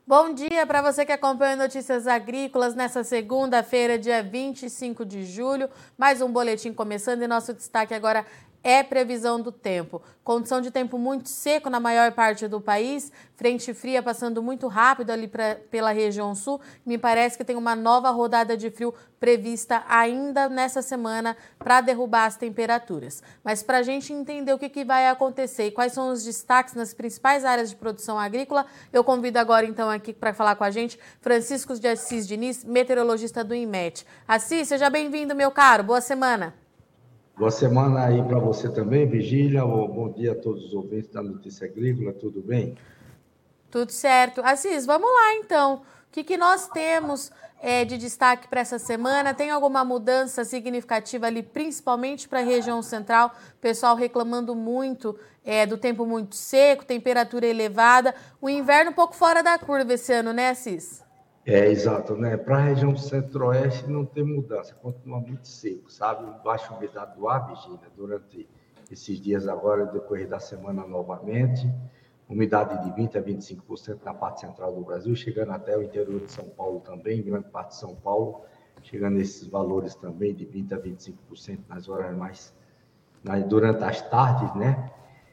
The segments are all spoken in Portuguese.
Bom dia para você que acompanha Notícias Agrícolas nessa segunda-feira, dia 25 de julho. Mais um boletim começando e nosso destaque agora é previsão do tempo. Condição de tempo muito seco na maior parte do país, frente fria passando muito rápido ali pela região sul. Me parece que tem uma nova rodada de frio prevista ainda nessa semana para derrubar as temperaturas. Mas para a gente entender o que vai acontecer e quais são os destaques nas principais áreas de produção agrícola, eu convido agora então aqui para falar com a gente Francisco de Assis Diniz, meteorologista do INMET. Assis, seja bem-vindo, meu caro. Boa semana. Boa semana aí para você também, Vigília. Bom dia a todos os ouvintes da Notícia Agrícola, tudo bem? Tudo certo. Assis, vamos lá então. O que nós temos de destaque para essa semana? Tem alguma mudança significativa ali, principalmente para a região central? O pessoal reclamando muito do tempo muito seco, temperatura elevada. O inverno um pouco fora da curva esse ano, né, Assis? Exato, né? Para a região centro-oeste não tem mudança, continua muito seco, sabe? Baixa umidade do ar, Vigília, durante esses dias agora, no decorrer da semana novamente. Umidade de 20% a 25% na parte central do Brasil, chegando até o interior de São Paulo também, grande parte de São Paulo, chegando a esses valores também de 20% a 25% nas horas durante as tardes, né?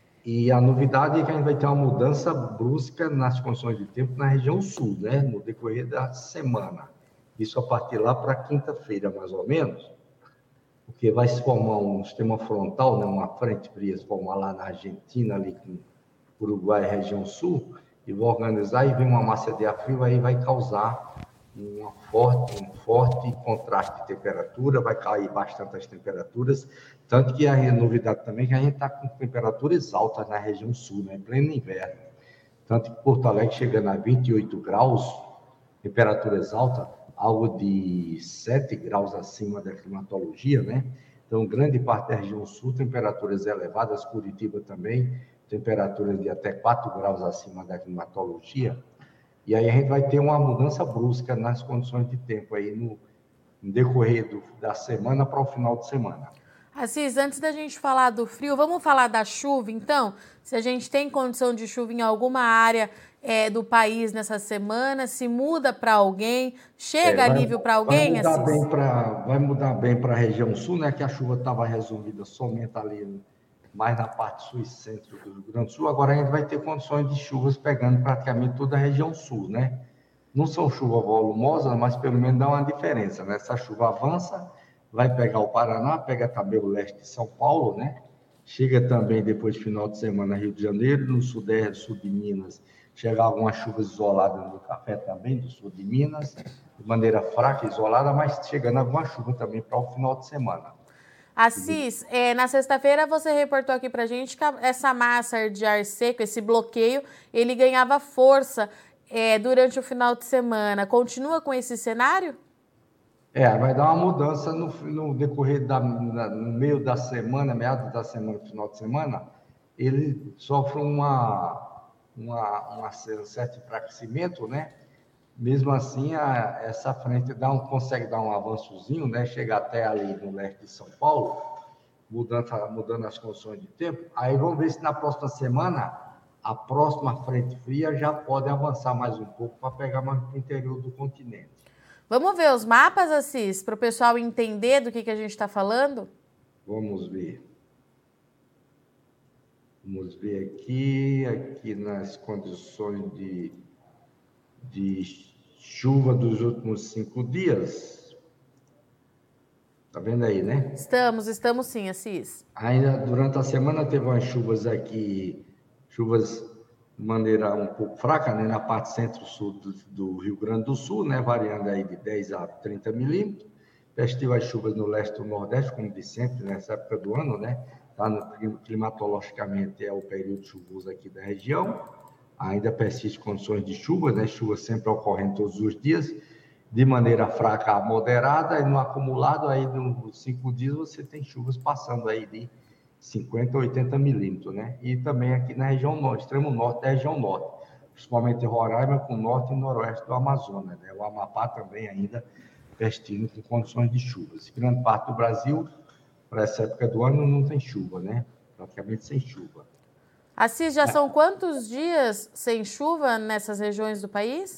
E a novidade é que a gente vai ter uma mudança brusca nas condições de tempo na região sul, né? No decorrer da semana. Isso a partir lá para quinta-feira, mais ou menos, porque vai se formar um sistema frontal, né? Uma frente fria se formar lá na Argentina, ali com Uruguai, região sul, e vai organizar e vem uma massa de ar frio, aí vai causar um forte contraste de temperatura, vai cair bastante as temperaturas, tanto que a novidade também é que a gente está com temperaturas altas na região sul, né, em pleno inverno, tanto que Porto Alegre chegando a 28 graus, temperaturas altas, algo de 7 graus acima da climatologia, né? Então, grande parte da região sul, temperaturas elevadas, Curitiba também, temperaturas de até 4 graus acima da climatologia. E aí a gente vai ter uma mudança brusca nas condições de tempo aí no decorrer da semana para o final de semana. Assis, antes da gente falar do frio, vamos falar da chuva, então? Se a gente tem condição de chuva em alguma área do país nessa semana, se muda para alguém, chega alívio para alguém, Assis? Vai mudar bem para a região sul, né? Que a chuva estava resumida somente ali, mais na parte sul e centro do Rio Grande do Sul. Agora a gente vai ter condições de chuvas pegando praticamente toda a região sul, né? Não são chuvas volumosas, mas pelo menos dá uma diferença, né? Essa chuva avança, vai pegar o Paraná, pega também o leste de São Paulo, né? Chega também depois do final de semana Rio de Janeiro, no sudeste, sul de Minas, chega algumas chuvas isoladas no café também, do sul de Minas, de maneira fraca, isolada, mas chegando alguma chuva também para o final de semana. Assis, na sexta-feira você reportou aqui pra gente que essa massa de ar seco, esse bloqueio, ele ganhava força durante o final de semana. Continua com esse cenário? Vai dar uma mudança no decorrer no meio da semana, meados da semana, final de semana, ele sofre um certo enfraquecimento, né? Mesmo assim, essa frente consegue dar um avançozinho, né? Chega até ali no leste de São Paulo, mudando as condições de tempo. Aí vamos ver se na próxima semana a próxima frente fria já pode avançar mais um pouco para pegar mais para o interior do continente. Vamos ver os mapas, Assis, para o pessoal entender do que a gente está falando? Vamos ver. Vamos ver aqui nas condições de chuva dos últimos 5 dias. Tá vendo aí, né? Estamos sim, Assis. Ainda durante a semana teve umas chuvas aqui, chuvas de maneira um pouco fraca, né? Na parte centro-sul do Rio Grande do Sul, né? Variando aí de 10 a 30 milímetros. Festivas chuvas no leste do Nordeste, como de sempre, nessa época do ano, né? Climatologicamente é o período chuvoso aqui da região. Ainda persiste condições de chuva, né? Chuva sempre ocorrendo todos os dias, de maneira fraca a moderada, e no acumulado aí nos 5 dias você tem chuvas passando aí de 50 a 80 milímetros, né? E também aqui na região norte, extremo norte da região norte, principalmente Roraima com norte e noroeste do Amazonas, né? O Amapá também ainda persistindo com condições de chuvas. Grande parte do Brasil, para essa época do ano, não tem chuva, né? Praticamente sem chuva. Assis, já são quantos dias sem chuva nessas regiões do país?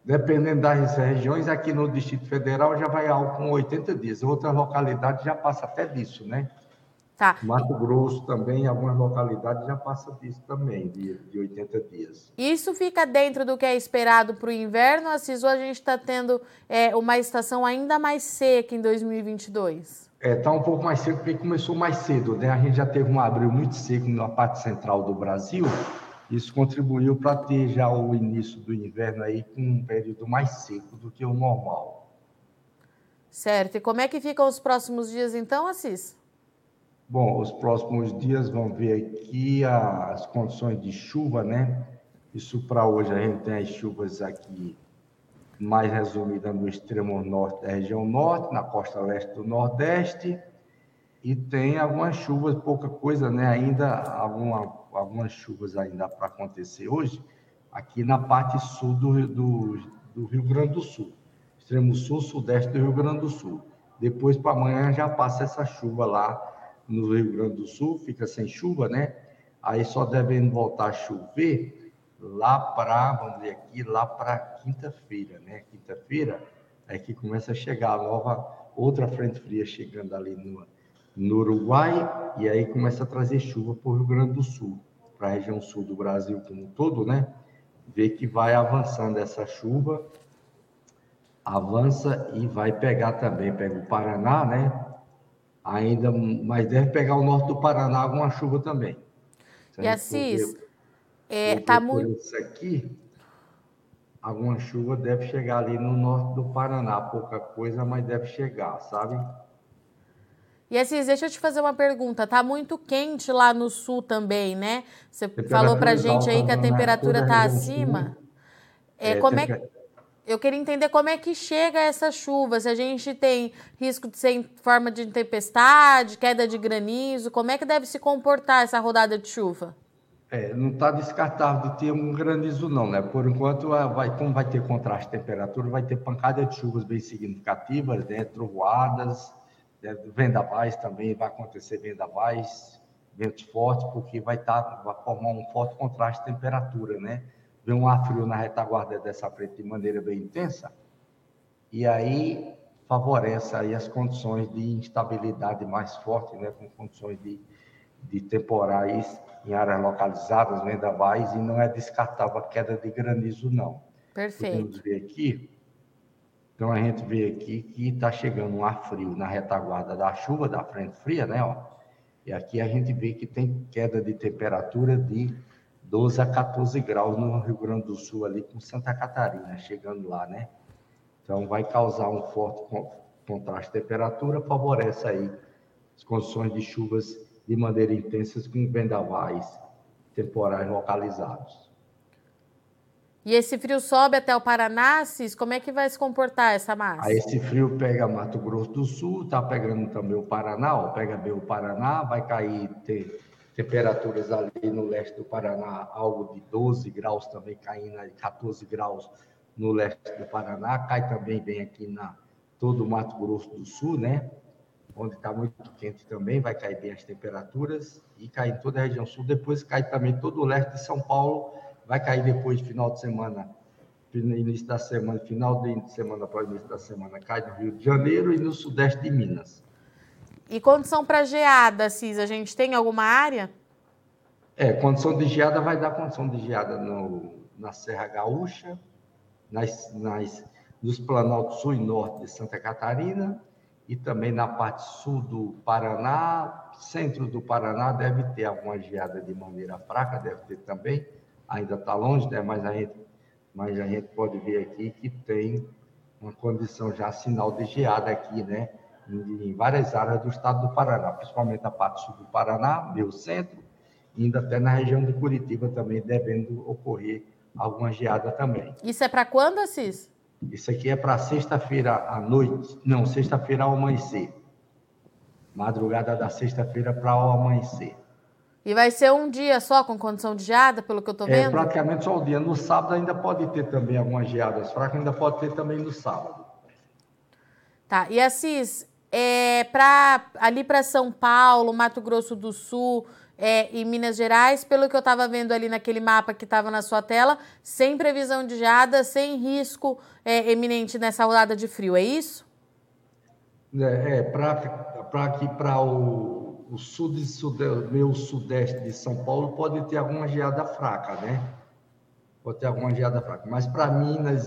Dependendo das regiões, aqui no Distrito Federal já vai algo com 80 dias. Outras localidades já passa até disso, né? Tá. Mato Grosso também, algumas localidades já passa disso também, de 80 dias. Isso fica dentro do que é esperado para o inverno, Assis, ou a gente está tendo uma estação ainda mais seca em 2022? Está um pouco mais seco porque começou mais cedo, né? A gente já teve um abril muito seco na parte central do Brasil. Isso contribuiu para ter já o início do inverno aí com um período mais seco do que o normal. Certo. E como é que ficam os próximos dias então, Assis? Bom, os próximos dias vão ver aqui as condições de chuva, né? Isso para hoje a gente tem as chuvas aqui mais resumidas no extremo norte da região norte, na costa leste do Nordeste, e tem algumas chuvas, pouca coisa, né? Ainda algumas chuvas ainda para acontecer hoje, aqui na parte sul do Rio Grande do Sul, extremo sul, sudeste do Rio Grande do Sul. Depois para amanhã já passa essa chuva lá no Rio Grande do Sul, fica sem chuva, né? Aí só devendo voltar a chover lá para, vamos dizer aqui, lá para quinta-feira, né? Quinta-feira é que começa a chegar outra frente fria chegando ali no Uruguai, e aí começa a trazer chuva para o Rio Grande do Sul, para a região sul do Brasil como um todo, né? Vê que vai avançando essa chuva, avança e vai pegar também, pega o Paraná, né? Ainda, mas deve pegar o norte do Paraná alguma chuva também. Se a E gente for Assis, ver por isso aqui, alguma chuva deve chegar ali no norte do Paraná, pouca coisa, mas deve chegar, sabe? E Assis, deixa eu te fazer uma pergunta. Tá muito quente lá no sul também, né? Você falou pra gente aí que a temperatura tá acima. Eu queria entender como é que chega essa chuva, se a gente tem risco de ser em forma de tempestade, queda de granizo, como é que deve se comportar essa rodada de chuva? Não está descartável de ter um granizo não, né? Por enquanto, como vai ter contraste de temperatura, vai ter pancada de chuvas bem significativas, né? Trovoadas, vendavais também, vai acontecer vendavais, ventos fortes, porque vai formar um forte contraste de temperatura, né? Vem um ar frio na retaguarda dessa frente de maneira bem intensa, e aí favorece aí as condições de instabilidade mais forte, né? Com condições de temporais em áreas localizadas, vendavais, e não é descartável a queda de granizo, não. Perfeito. Podemos ver aqui, então a gente vê aqui que está chegando um ar frio na retaguarda da chuva, da frente fria, né? Ó. E aqui a gente vê que tem queda de temperatura de 12 a 14 graus no Rio Grande do Sul, ali com Santa Catarina, chegando lá, né? Então vai causar um forte contraste de temperatura, favorece aí as condições de chuvas de maneira intensa com vendavais temporais localizados. E esse frio sobe até o Paraná, Assis? Como é que vai se comportar essa massa? Aí esse frio pega Mato Grosso do Sul, está pegando também o Paraná, ó, pega bem o Paraná, vai cair temperaturas ali no leste do Paraná, algo de 12 graus também, caindo aí 14 graus no leste do Paraná, cai também bem aqui todo o Mato Grosso do Sul, né? Onde está muito quente também, vai cair bem as temperaturas, e cai em toda a região sul, depois cai também todo o leste de São Paulo, vai cair depois, final de semana, início da semana, final de semana para o início da semana, cai no Rio de Janeiro e no sudeste de Minas. E condição para geada, Assis, a gente tem alguma área? Condição de geada vai dar condição de geada na Serra Gaúcha, nos Planaltos Sul e Norte de Santa Catarina, e também na parte sul do Paraná, centro do Paraná deve ter alguma geada de maneira fraca, deve ter também, ainda está longe, né? Mas a gente pode ver aqui que tem uma condição já sinal de geada aqui, né? Em várias áreas do estado do Paraná, principalmente a parte sul do Paraná, meio centro, e ainda até na região de Curitiba também devendo ocorrer alguma geada também. Isso é para quando, Assis? Isso aqui é para sexta-feira à noite, não, sexta-feira ao amanhecer. Madrugada da sexta-feira para o amanhecer. E vai ser um dia só com condição de geada, pelo que eu estou vendo? Praticamente só o dia. No sábado ainda pode ter também algumas geadas fracas, ainda pode ter também no sábado. Tá, e Assis, ali para São Paulo, Mato Grosso do Sul e Minas Gerais, pelo que eu estava vendo ali naquele mapa que estava na sua tela, sem previsão de geada, sem risco eminente nessa rodada de frio, é isso? Para aqui, para o sul e meu sudeste de São Paulo, pode ter alguma geada fraca, né? Pode ter alguma geada fraca. Mas para Minas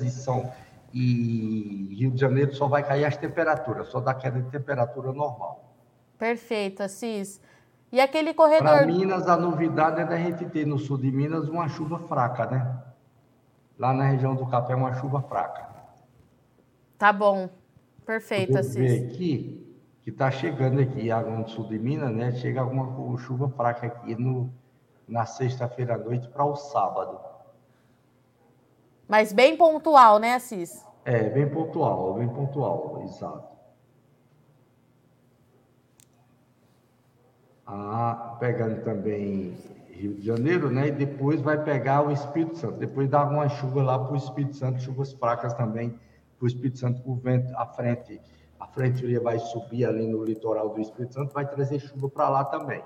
e Rio de Janeiro só vai cair as temperaturas, só dá queda de temperatura normal. Perfeito, Assis. E aquele Para corredor... Minas, a novidade é da gente ter no sul de Minas uma chuva fraca, né? Lá na região do Café, uma chuva fraca. Tá bom. Perfeito, Podemos ver Assis. aqui que está chegando aqui, água no sul de Minas, né? Chega alguma chuva fraca aqui na sexta-feira à noite para o sábado. Mas bem pontual, né, Assis? Bem pontual, exato. Pegando também Rio de Janeiro, né? E depois vai pegar o Espírito Santo. Depois dá uma chuva lá para o Espírito Santo, chuvas fracas também para o Espírito Santo, o vento, a frente fria vai subir ali no litoral do Espírito Santo, vai trazer chuva para lá também.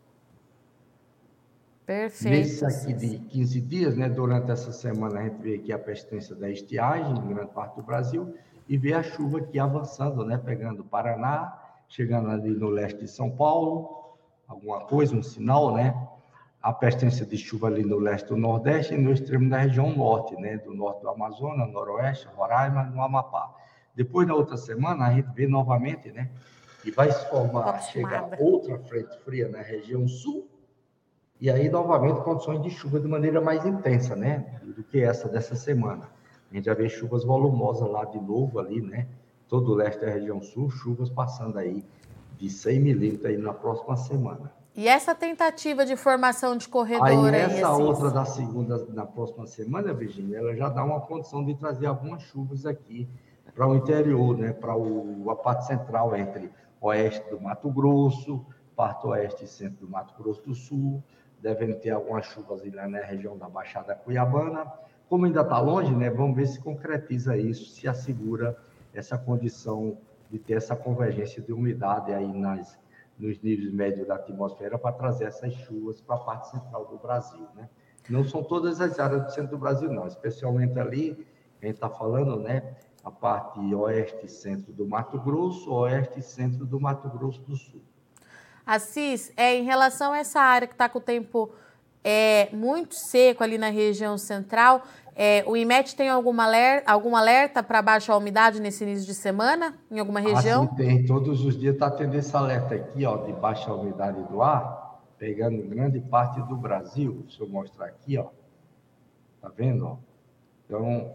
Perfeito. Nesse aqui de 15 dias, né? Durante essa semana, a gente vê aqui a persistência da estiagem em grande parte do Brasil e vê a chuva aqui avançando, né? Pegando o Paraná, chegando ali no leste de São Paulo, alguma coisa, um sinal, né? A persistência de chuva ali no leste do Nordeste e no extremo da região norte, né? Do norte do Amazonas, Noroeste, Roraima, no Amapá. Depois, na outra semana, a gente vê novamente, né? Que vai se formar, chegar outra frente fria na região sul, e aí, novamente, condições de chuva de maneira mais intensa, né? Do que essa dessa semana. A gente já vê chuvas volumosas lá de novo, ali, né? Todo o leste da região sul, chuvas passando aí de 100 milímetros aí na próxima semana. E essa tentativa de formação de corredor aí essa outra da segunda, na próxima semana, Virginia, ela já dá uma condição de trazer algumas chuvas aqui para o interior, né? Para a parte central, entre oeste do Mato Grosso, parte oeste e centro do Mato Grosso do Sul. Devem ter algumas chuvas lá na região da Baixada Cuiabana. Como ainda está longe, né? Vamos ver se concretiza isso, se assegura essa condição de ter essa convergência de umidade aí nos níveis médios da atmosfera para trazer essas chuvas para a parte central do Brasil, né? Não são todas as áreas do centro do Brasil, não. Especialmente ali, a gente está falando, né? A parte oeste e centro do Mato Grosso, oeste e centro do Mato Grosso do Sul. Assis, em relação a essa área que está com o tempo muito seco ali na região central, o IMET tem algum alerta para baixa umidade nesse início de semana, em alguma região? Sim, tem. Todos os dias está tendo esse alerta aqui, ó, de baixa umidade do ar, pegando grande parte do Brasil. Deixa eu mostrar aqui, ó. Tá vendo, ó? Então,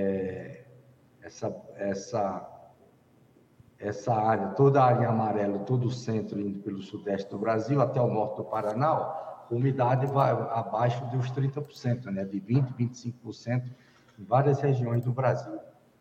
essa área, toda a área em amarelo, todo o centro indo pelo sudeste do Brasil até o norte do Paraná, ó, a umidade vai abaixo dos 30%, né? De 20%, 25% em várias regiões do Brasil.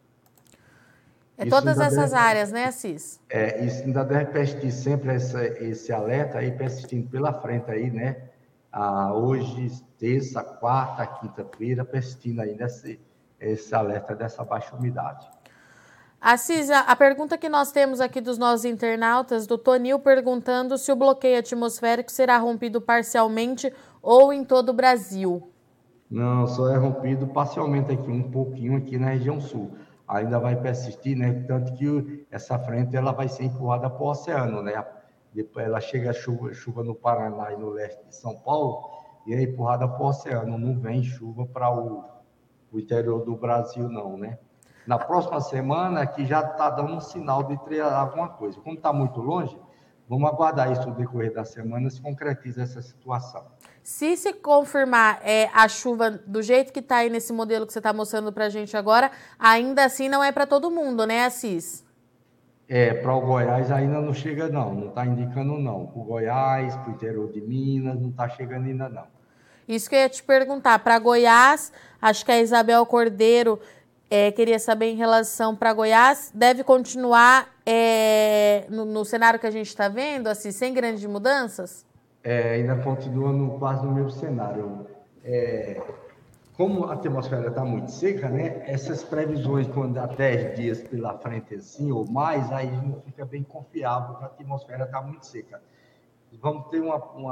Todas essas áreas, né, Assis? Isso ainda deve persistir sempre esse alerta aí, persistindo pela frente aí, né? Hoje, terça, quarta, quinta-feira, persistindo ainda esse alerta dessa baixa umidade. Assis, a pergunta que nós temos aqui dos nossos internautas, do Tonil, perguntando se o bloqueio atmosférico será rompido parcialmente ou em todo o Brasil. Não, só é rompido parcialmente aqui, um pouquinho aqui na região sul. Ainda vai persistir, né? Tanto que essa frente ela vai ser empurrada para o oceano, né? Depois ela chega chuva no Paraná e no leste de São Paulo e é empurrada para o oceano. Não vem chuva para o interior do Brasil, não, né? Na próxima semana aqui já está dando um sinal de ter alguma coisa. Como está muito longe, vamos aguardar isso no decorrer da semana, se concretiza essa situação. Se confirmar a chuva do jeito que está aí nesse modelo que você está mostrando para a gente agora, ainda assim não é para todo mundo, né, Assis? Para o Goiás ainda não chega, não está indicando, não. Para o Goiás, para o interior de Minas, não está chegando ainda, não. Isso que eu ia te perguntar. Para Goiás, acho que a Isabel Cordeiro queria saber em relação para Goiás, deve continuar no cenário que a gente está vendo, assim, sem grandes mudanças? Ainda continua quase no mesmo cenário. como a atmosfera está muito seca, né? Essas previsões, quando há 10 dias pela frente assim, ou mais, aí não fica bem confiável, porque a atmosfera está muito seca. Vamos ter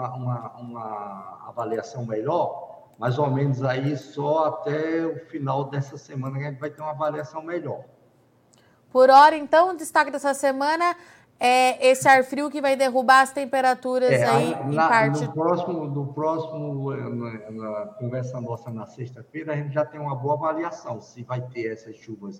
uma avaliação melhor, mais ou menos aí só até o final dessa semana que a gente vai ter uma avaliação melhor. Por hora, então, o destaque dessa semana é esse ar frio que vai derrubar as temperaturas em parte. No próximo, na conversa nossa na sexta-feira, a gente já tem uma boa avaliação se vai ter essas chuvas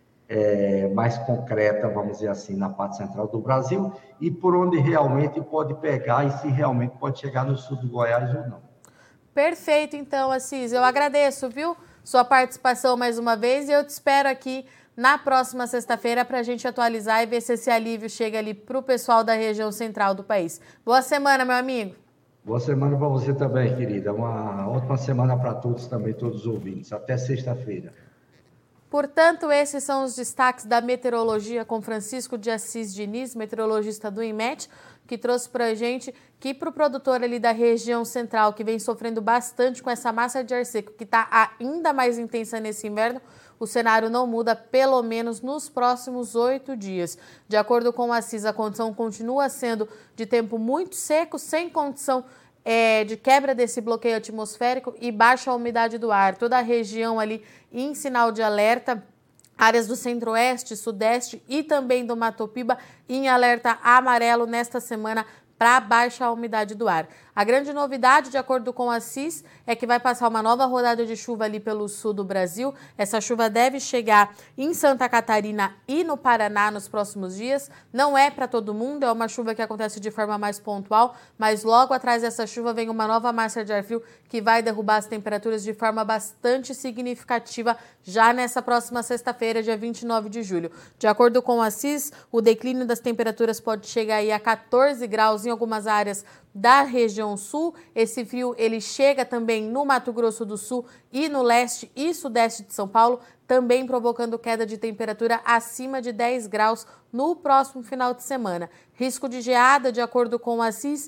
mais concreta, vamos dizer assim, na parte central do Brasil e por onde realmente pode pegar e se realmente pode chegar no sul do Goiás ou não. Perfeito, então, Assis. Eu agradeço, viu, sua participação mais uma vez e eu te espero aqui na próxima sexta-feira para a gente atualizar e ver se esse alívio chega ali para o pessoal da região central do país. Boa semana, meu amigo. Boa semana para você também, querida. Uma ótima semana para todos também, todos os ouvintes. Até sexta-feira. Portanto, esses são os destaques da meteorologia com Francisco de Assis Diniz, meteorologista do INMET, que trouxe para a gente que para o produtor ali da região central, que vem sofrendo bastante com essa massa de ar seco, que está ainda mais intensa nesse inverno, o cenário não muda, pelo menos nos próximos 8 dias. De acordo com o Assis, a condição continua sendo de tempo muito seco, sem condição de quebra desse bloqueio atmosférico e baixa umidade do ar. Toda a região ali em sinal de alerta, áreas do centro-oeste, sudeste e também do Mato Piba em alerta amarelo nesta semana para baixa umidade do ar. A grande novidade, de acordo com a CIS, é que vai passar uma nova rodada de chuva ali pelo sul do Brasil. Essa chuva deve chegar em Santa Catarina e no Paraná nos próximos dias. Não é para todo mundo, é uma chuva que acontece de forma mais pontual, mas logo atrás dessa chuva vem uma nova massa de ar frio que vai derrubar as temperaturas de forma bastante significativa já nessa próxima sexta-feira, dia 29 de julho. De acordo com a CIS, o declínio das temperaturas pode chegar aí a 14 graus em algumas áreas da região sul. Esse frio ele chega também no Mato Grosso do Sul e no leste e sudeste de São Paulo, também provocando queda de temperatura acima de 10 graus no próximo final de semana. Risco de geada, de acordo com a CIS,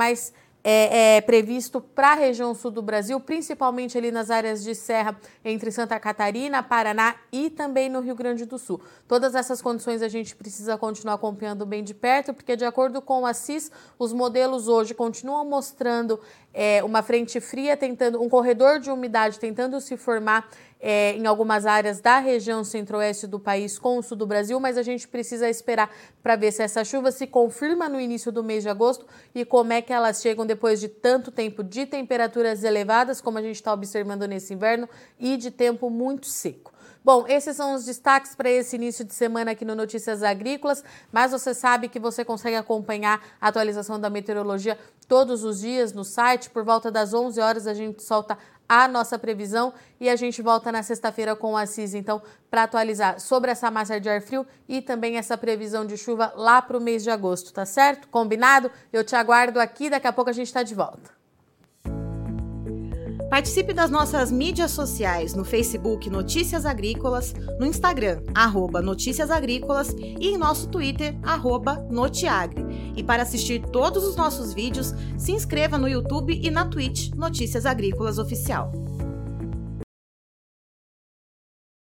é previsto para a região sul do Brasil, principalmente ali nas áreas de serra entre Santa Catarina, Paraná e também no Rio Grande do Sul. Todas essas condições a gente precisa continuar acompanhando bem de perto, porque de acordo com a CIS, os modelos hoje continuam mostrando uma frente fria, um corredor de umidade tentando se formar em algumas áreas da região centro-oeste do país com o sul do Brasil, mas a gente precisa esperar para ver se essa chuva se confirma no início do mês de agosto e como é que elas chegam depois de tanto tempo de temperaturas elevadas, como a gente está observando nesse inverno, e de tempo muito seco. Bom, esses são os destaques para esse início de semana aqui no Notícias Agrícolas, mas você sabe que você consegue acompanhar a atualização da meteorologia todos os dias no site. Por volta das 11 horas a gente solta a nossa previsão e a gente volta na sexta-feira com o Assis, então, para atualizar sobre essa massa de ar frio e também essa previsão de chuva lá para o mês de agosto, tá certo? Combinado? Eu te aguardo aqui, daqui a pouco a gente está de volta. Participe das nossas mídias sociais no Facebook Notícias Agrícolas, no Instagram @Notícias Agrícolas e em nosso Twitter @Notiagre. E para assistir todos os nossos vídeos, se inscreva no YouTube e na Twitch Notícias Agrícolas Oficial.